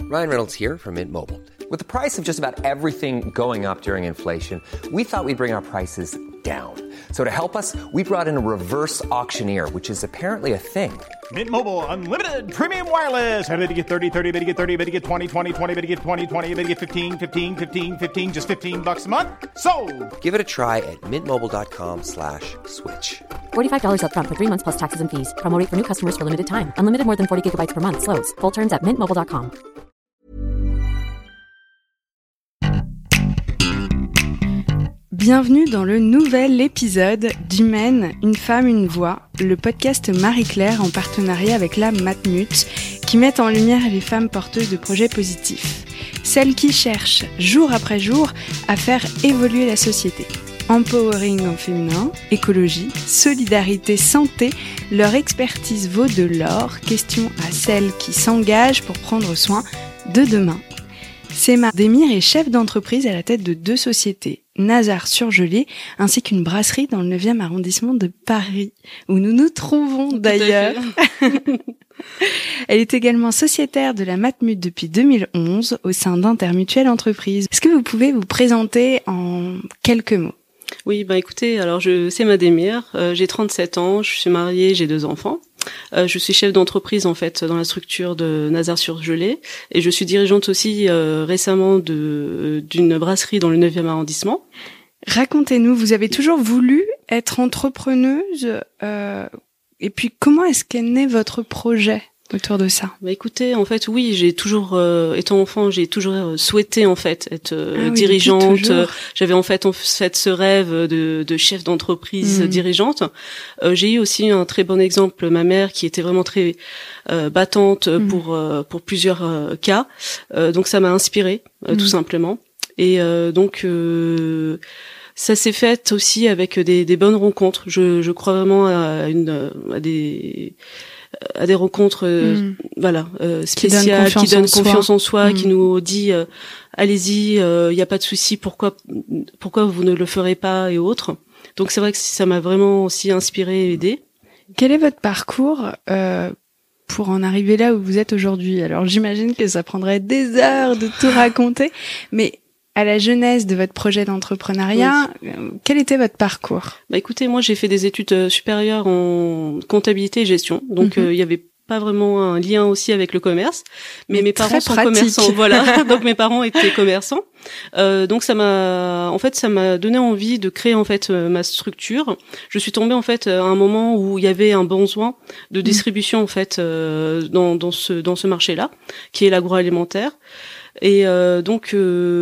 Ryan Reynolds here from Mint Mobile. With the price of just about everything going up during inflation, we thought we'd bring our prices down. So to help us, we brought in a reverse auctioneer, which is apparently a thing. Mint Mobile Unlimited Premium Wireless. How to get 30, 30, bit to get 30, bit to get 20, 20, 20, bit to get 20, 20, bit to get 15, 15, 15, 15, just $15 a month? Sold! Give it a try at mintmobile.com/switch. $45 up front for 3 months plus taxes and fees. Promo rate for new customers for limited time. Unlimited more than 40 gigabytes per month. Slows full terms at mintmobile.com. Bienvenue dans le nouvel épisode d'Humaine, une femme, une voix, le podcast Marie-Claire en partenariat avec la Matmut, qui met en lumière les femmes porteuses de projets positifs. Celles qui cherchent, jour après jour, à faire évoluer la société. Empowering en féminin, écologie, solidarité, santé, leur expertise vaut de l'or. Question à celles qui s'engagent pour prendre soin de demain. Sema Demir est chef d'entreprise à la tête de 2 sociétés, Nazar-sur-Gelée, ainsi qu'une brasserie dans le 9e arrondissement de Paris, où nous nous trouvons d'ailleurs. Elle est également sociétaire de la Matmut depuis 2011 au sein d'Intermutuel Entreprises. Est-ce que vous pouvez vous présenter en quelques mots ? Oui, écoutez, alors Sema Demir, j'ai 37 ans, je suis mariée, j'ai 2 enfants. Je suis chef d'entreprise en fait dans la structure de Nazar-sur-Gelée et je suis dirigeante aussi récemment d'une brasserie dans le 9e arrondissement. Racontez-nous, vous avez toujours voulu être entrepreneuse et puis comment est-ce qu'est né votre projet autour de ça? Écoutez, en fait, oui, j'ai toujours, étant enfant, j'ai toujours souhaité en fait être dirigeante. J'avais en fait ce rêve de chef d'entreprise dirigeante. J'ai eu aussi un très bon exemple, ma mère, qui était vraiment très battante pour plusieurs cas. Donc ça m'a inspirée, tout simplement. Et donc ça s'est fait aussi avec des bonnes rencontres. Je crois vraiment à des rencontres spéciales qui donnent confiance en soi, qui nous dit allez-y, il y a pas de souci, pourquoi vous ne le ferez pas et autres. Donc c'est vrai que ça m'a vraiment aussi inspiré et aidé. Quel est votre parcours pour en arriver là où vous êtes aujourd'hui? Alors j'imagine que ça prendrait des heures de tout raconter, mais à la genèse de votre projet d'entrepreneuriat, quel était votre parcours? Écoutez, moi j'ai fait des études supérieures en comptabilité et gestion, donc il y avait pas vraiment un lien aussi avec le commerce, mais mes parents sont commerçants, voilà. Donc mes parents étaient commerçants. Donc ça m'a donné envie de créer en fait ma structure. Je suis tombée en fait à un moment où il y avait un besoin de distribution en fait dans ce marché-là, qui est l'agroalimentaire. Et donc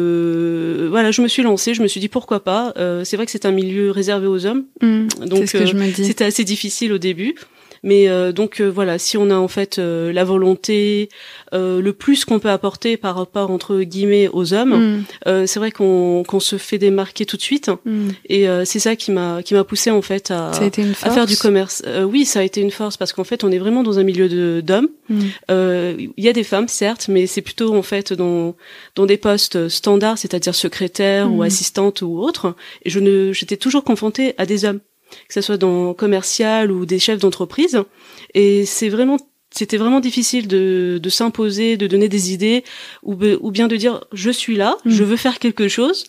je me suis lancée, je me suis dit pourquoi pas. C'est vrai que c'est un milieu réservé aux hommes, donc c'est ce que je me dis. C'était assez difficile au début. Mais si on a en fait la volonté, le plus qu'on peut apporter par rapport entre guillemets aux hommes, c'est vrai qu'on se fait démarquer tout de suite. Et c'est ça qui m'a poussée en fait à faire du commerce. Oui, ça a été une force parce qu'en fait on est vraiment dans un milieu d'hommes. Il y a des femmes certes, mais c'est plutôt en fait dans des postes standards, c'est-à-dire secrétaire ou assistante ou autre. Et j'étais toujours confrontée à des hommes, que ça soit dans commercial ou des chefs d'entreprise, et c'était vraiment difficile de s'imposer, de donner des idées ou bien de dire je suis là, je veux faire quelque chose.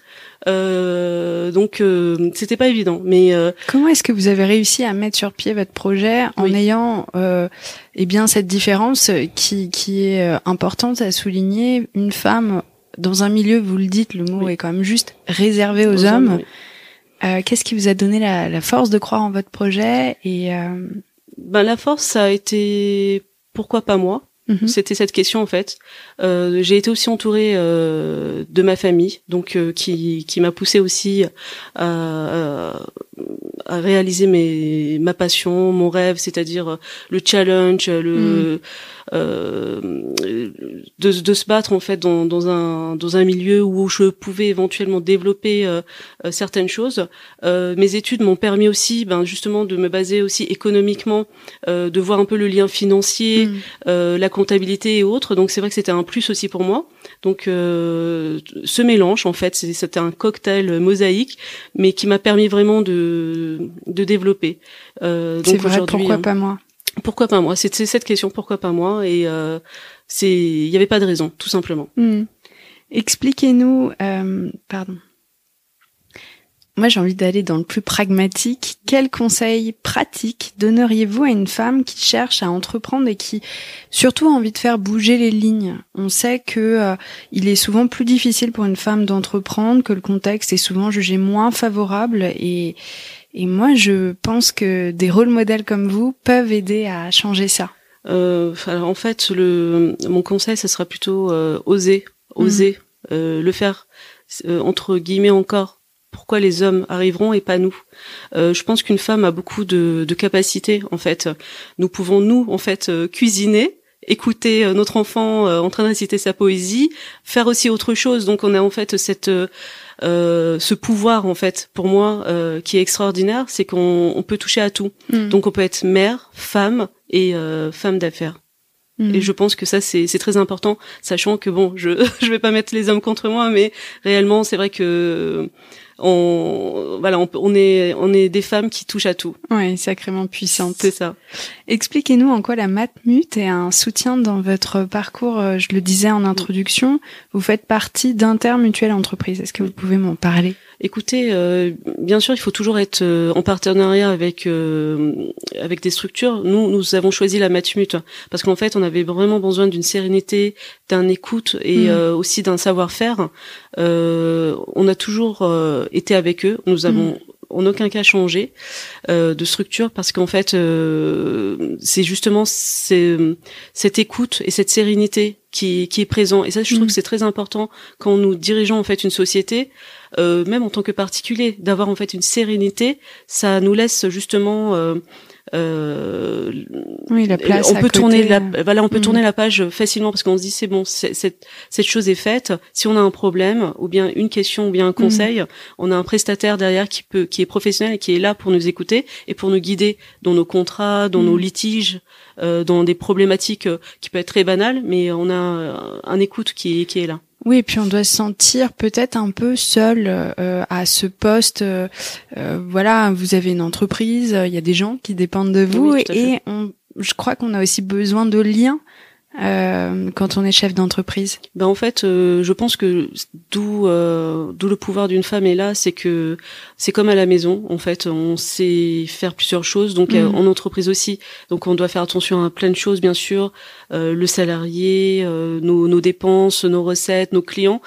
Donc c'était pas évident, mais comment est-ce que vous avez réussi à mettre sur pied votre projet en ayant cette différence qui est importante à souligner, une femme dans un milieu, vous le dites, le mot est quand même juste réservé aux hommes. Oui. Qu'est-ce qui vous a donné la force de croire en votre projet et la force, ça a été pourquoi pas moi. C'était cette question en fait. J'ai été aussi entourée de ma famille, donc qui m'a poussée aussi à réaliser ma passion, mon rêve, c'est-à-dire le challenge, de se battre en fait dans un milieu où je pouvais éventuellement développer certaines choses. Mes études m'ont permis aussi justement de me baser aussi économiquement, de voir un peu le lien financier, la comptabilité et autres. Donc c'est vrai que c'était un plus aussi pour moi. Donc ce mélange en fait, c'était un cocktail mosaïque, mais qui m'a permis vraiment de développer. C'est vrai, pourquoi pas moi? Pourquoi pas moi? C'était cette question, pourquoi pas moi? Et il y avait pas de raison, tout simplement. Expliquez-nous, Moi, j'ai envie d'aller dans le plus pragmatique. Quels conseils pratiques donneriez-vous à une femme qui cherche à entreprendre et qui, surtout, a envie de faire bouger les lignes? On sait que il est souvent plus difficile pour une femme d'entreprendre, que le contexte est souvent jugé moins favorable. Et moi, je pense que des rôles modèles comme vous peuvent aider à changer ça. Alors en fait, mon conseil, ce sera plutôt oser le faire, entre guillemets encore. Pourquoi les hommes arriveront et pas nous? Je pense qu'une femme a beaucoup de capacités, en fait. Nous pouvons, en fait, cuisiner, écouter notre enfant en train de réciter sa poésie, faire aussi autre chose. Donc on a en fait ce pouvoir, en fait, pour moi, qui est extraordinaire, c'est qu'on peut toucher à tout. Donc on peut être mère, femme et femme d'affaires. Et je pense que ça c'est très important, sachant que bon, je vais pas mettre les hommes contre moi, mais réellement c'est vrai que on est des femmes qui touchent à tout. Ouais, sacrément puissantes. C'est ça. Expliquez-nous en quoi la Matmut est un soutien dans votre parcours. Je le disais en introduction, vous faites partie d'Intermutuelle Entreprise. Est-ce que vous pouvez m'en parler? Écoutez, bien sûr, il faut toujours être en partenariat avec des structures. Nous avons choisi la Matmut parce qu'en fait, on avait vraiment besoin d'une sérénité, d'un écoute et aussi d'un savoir-faire. On a toujours été avec eux. Nous avons en aucun cas changé de structure parce qu'en fait, c'est justement cette écoute et cette sérénité qui est présent. Et ça, je trouve que c'est très important quand nous dirigeons en fait une société. Même en tant que particulier, d'avoir en fait une sérénité, ça nous laisse justement la place. On peut tourner tourner la page facilement parce qu'on se dit c'est bon, cette chose est faite. Si on a un problème ou bien une question ou bien un conseil, on a un prestataire derrière qui est professionnel et qui est là pour nous écouter et pour nous guider dans nos contrats, dans nos litiges, dans des problématiques qui peuvent être très banales, mais on a un écoute qui est là. Oui, et puis on doit se sentir peut-être un peu seul à ce poste. Voilà, vous avez une entreprise, il y a des gens qui dépendent de vous, oui, et je crois qu'on a aussi besoin de liens quand on est chef d'entreprise. Ben en fait, je pense que d'où le pouvoir d'une femme est là, c'est que c'est comme à la maison. En fait, on sait faire plusieurs choses, donc en entreprise aussi. Donc on doit faire attention à plein de choses, bien sûr. Le salarié, nos dépenses, nos recettes, nos clients.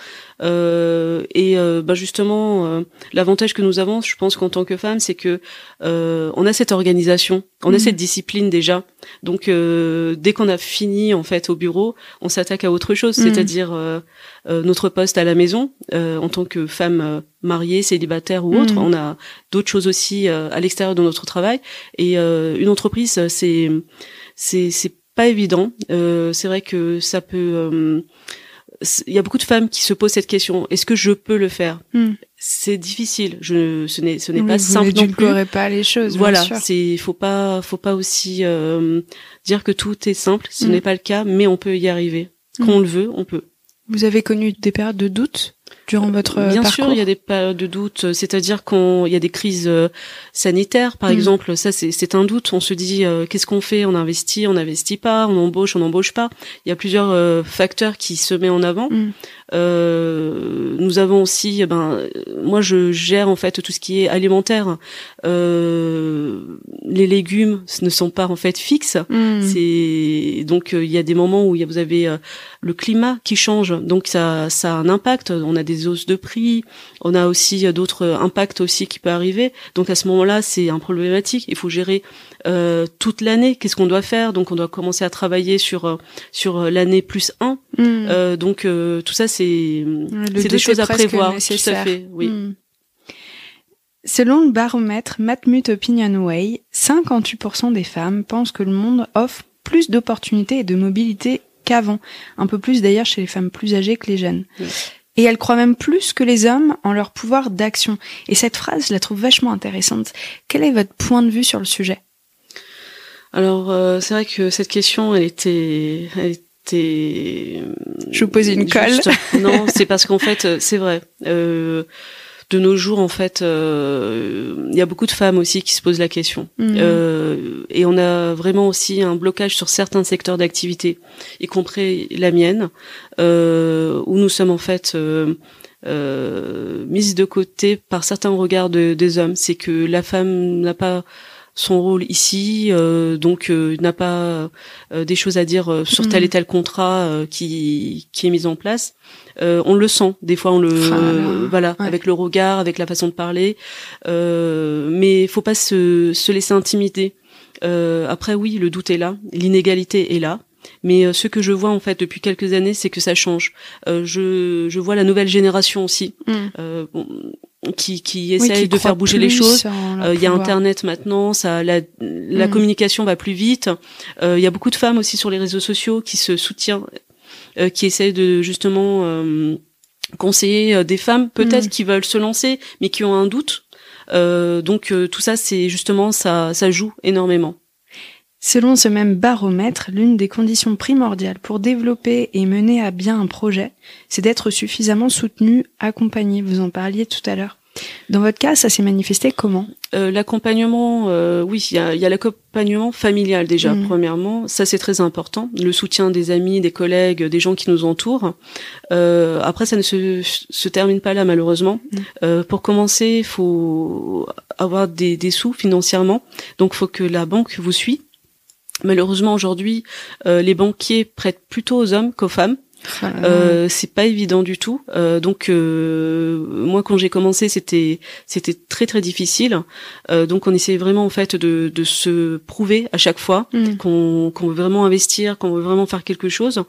Justement, l'avantage que nous avons, je pense qu'en tant que femme, c'est que on a cette organisation, on a cette discipline déjà. Donc dès qu'on a fini en fait au bureau, on s'attaque à autre chose, c'est-à-dire notre poste à la maison en tant que femme mariée, célibataire ou autre. On a d'autres choses aussi à l'extérieur de notre travail. Et une entreprise, c'est pas évident. C'est vrai que ça peut il y a beaucoup de femmes qui se posent cette question. Est-ce que je peux le faire? C'est difficile. Ce n'est pas simple non plus. Vous n'édulcorez pas les choses. Voilà. Bien sûr. Faut pas aussi dire que tout est simple. Ce n'est pas le cas, mais on peut y arriver. Quand on le veut, on peut. Vous avez connu des périodes de doute durant votre parcours? Bien sûr, il y a des périodes de doute, c'est-à-dire quand il y a des crises sanitaires, par exemple, ça c'est un doute. On se dit qu'est-ce qu'on fait? On n'investit pas, on n'embauche pas. Il y a plusieurs facteurs qui se mettent en avant. Nous avons aussi, moi je gère en fait tout ce qui est alimentaire. Les légumes ne sont pas en fait fixes. Donc il y a des moments où vous avez le climat qui change, donc ça a un impact. On a des hausses de prix, on a aussi d'autres impacts aussi qui peuvent arriver. Donc à ce moment-là, c'est un problématique. Il faut gérer toute l'année. Qu'est-ce qu'on doit faire? Donc on doit commencer à travailler sur l'année plus 1. Donc tout ça c'est des choses à prévoir. Nécessaire. Tout à fait, oui. Selon le baromètre Matmut Opinion Way, 58% des femmes pensent que le monde offre plus d'opportunités et de mobilité qu'avant. Un peu plus d'ailleurs chez les femmes plus âgées que les jeunes. Oui. Et elles croient même plus que les hommes en leur pouvoir d'action. Et cette phrase, je la trouve vachement intéressante. Quel est votre point de vue sur le sujet? Alors, c'est vrai que cette question, elle était... Je vous pose une colle. Non, c'est parce qu'en fait, c'est vrai. de nos jours, en fait, il y a beaucoup de femmes aussi qui se posent la question. Et on a vraiment aussi un blocage sur certains secteurs d'activité, y compris la mienne, où nous sommes en fait mises de côté par certains regards des hommes. C'est que la femme n'a pas son rôle ici, donc n'a pas des choses à dire sur tel et tel contrat qui est mis en place. On le sent, des fois on le avec le regard, avec la façon de parler, mais faut pas se laisser intimider. Après oui, le doute est là, l'inégalité est là. Mais ce que je vois en fait depuis quelques années, c'est que ça change. Je vois la nouvelle génération aussi qui essaye de faire bouger les choses. Il y a Internet maintenant, la communication va plus vite. Il y a beaucoup de femmes aussi sur les réseaux sociaux qui se soutiennent, qui essayent de justement conseiller des femmes peut-être qui veulent se lancer mais qui ont un doute. Donc tout ça, c'est justement ça joue énormément. Selon ce même baromètre, l'une des conditions primordiales pour développer et mener à bien un projet, c'est d'être suffisamment soutenu, accompagné. Vous en parliez tout à l'heure. Dans votre cas, ça s'est manifesté comment ? L'accompagnement, oui, il y a l'accompagnement familial déjà, premièrement. Ça, c'est très important. Le soutien des amis, des collègues, des gens qui nous entourent. Après, ça ne se termine pas là, malheureusement. Pour commencer, il faut avoir des sous financièrement. Donc, il faut que la banque vous suive. Malheureusement, aujourd'hui, les banquiers prêtent plutôt aux hommes qu'aux femmes. C'est pas évident du tout. Donc moi, quand j'ai commencé, c'était très très difficile. Donc on essaie vraiment en fait de se prouver à chaque fois qu'on veut vraiment investir, qu'on veut vraiment faire quelque chose.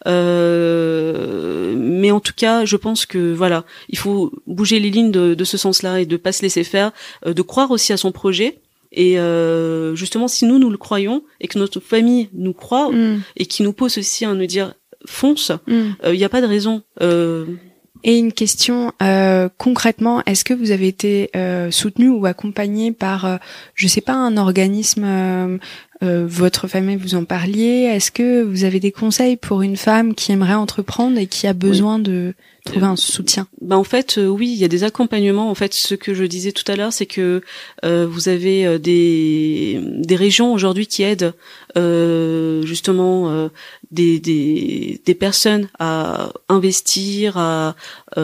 Mais en tout cas, je pense que voilà, il faut bouger les lignes de ce sens-là et de pas se laisser faire, de croire aussi à son projet. Et justement, si nous le croyons et que notre famille nous croit et qui nous pousse aussi à nous dire fonce, il n'y a pas de raison. Et une question concrètement, est-ce que vous avez été soutenu ou accompagné par, je sais pas, un organisme, votre famille, vous en parliez, est-ce que vous avez des conseils pour une femme qui aimerait entreprendre et qui a besoin de trouver un soutien? En fait, oui, il y a des accompagnements. En fait, ce que je disais tout à l'heure, c'est que vous avez des régions aujourd'hui qui aident justement des personnes à investir, à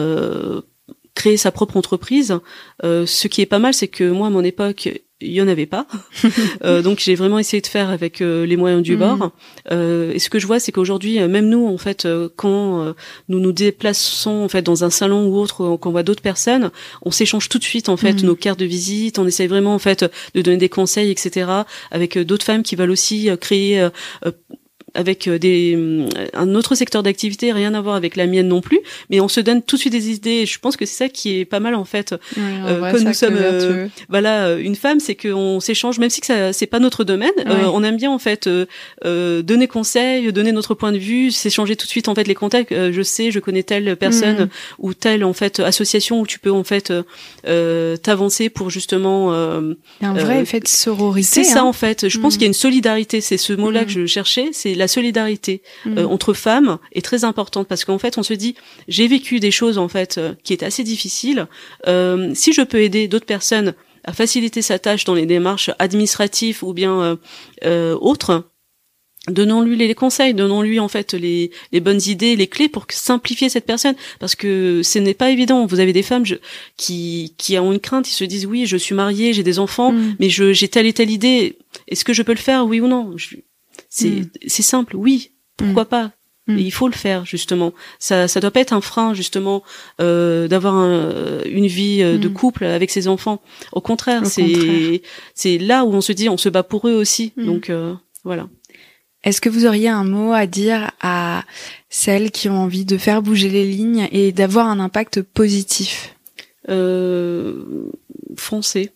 créer sa propre entreprise. Ce qui est pas mal, c'est que moi, à mon époque, il y en avait pas. Donc j'ai vraiment essayé de faire avec les moyens du bord. Et ce que je vois, c'est qu'aujourd'hui, même nous, en fait, quand nous nous déplaçons en fait dans un salon ou autre, qu'on voit d'autres personnes, on s'échange tout de suite en fait nos cartes de visite. On essaye vraiment en fait de donner des conseils, etc. Avec d'autres femmes qui veulent aussi créer avec un autre secteur d'activité, rien à voir avec la mienne non plus, mais on se donne tout de suite des idées. Je pense que c'est ça qui est pas mal en fait. Quand nous sommes une femme, c'est qu'on s'échange, même si que ça c'est pas notre domaine. On aime bien en fait donner conseil, donner notre point de vue, s'échanger tout de suite en fait les contacts. Je connais telle personne ou telle en fait association où tu peux en fait t'avancer pour justement un vrai effet de sororité. C'est ça en fait. Je pense qu'il y a une solidarité. C'est ce mot-là que je cherchais. C'est la solidarité entre femmes est très importante parce qu'en fait on se dit j'ai vécu des choses en fait qui étaient assez difficiles. Si je peux aider d'autres personnes à faciliter sa tâche dans les démarches administratives ou bien autres, donnons-lui les conseils, donnons-lui en fait les bonnes idées, les clés pour simplifier cette personne, parce que ce n'est pas évident. Vous avez des femmes qui ont une crainte, ils se disent oui, je suis mariée, j'ai des enfants, mais j'ai telle et telle idée. Est-ce que je peux le faire, oui ou non? C'est simple, oui, pourquoi pas? Et il faut le faire justement. Ça doit pas être un frein justement d'avoir une vie de couple avec ses enfants. Au contraire, c'est là où on se dit on se bat pour eux aussi. Donc voilà. Est-ce que vous auriez un mot à dire à celles qui ont envie de faire bouger les lignes et d'avoir un impact positif? Foncez.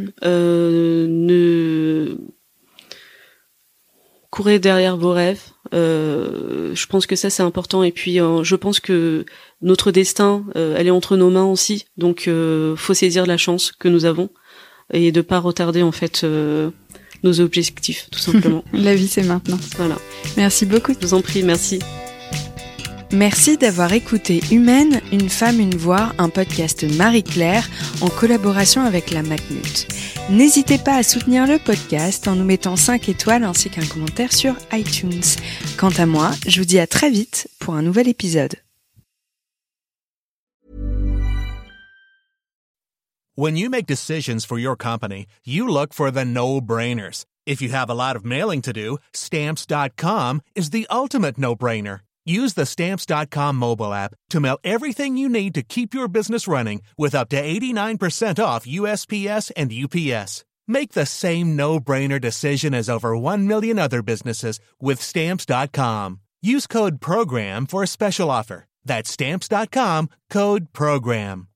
Courez derrière vos rêves. Je pense que ça c'est important. Et puis je pense que notre destin, elle est entre nos mains aussi. Donc faut saisir la chance que nous avons et de pas retarder en fait nos objectifs, tout simplement. La vie c'est maintenant. Voilà. Merci beaucoup. Je vous en prie, merci. Merci d'avoir écouté Humaine, une femme, une voix, un podcast Marie-Claire en collaboration avec la Matmut. N'hésitez pas à soutenir le podcast en nous mettant 5 étoiles ainsi qu'un commentaire sur iTunes. Quant à moi, je vous dis à très vite pour un nouvel épisode. When you make decisions for your company, you look for the no-brainers. If you have a lot of mailing to do, Stamps.com is the ultimate no-brainer. Use the Stamps.com mobile app to mail everything you need to keep your business running with up to 89% off USPS and UPS. Make the same no-brainer decision as over 1 million other businesses with Stamps.com. Use code PROGRAM for a special offer. That's Stamps.com, code PROGRAM.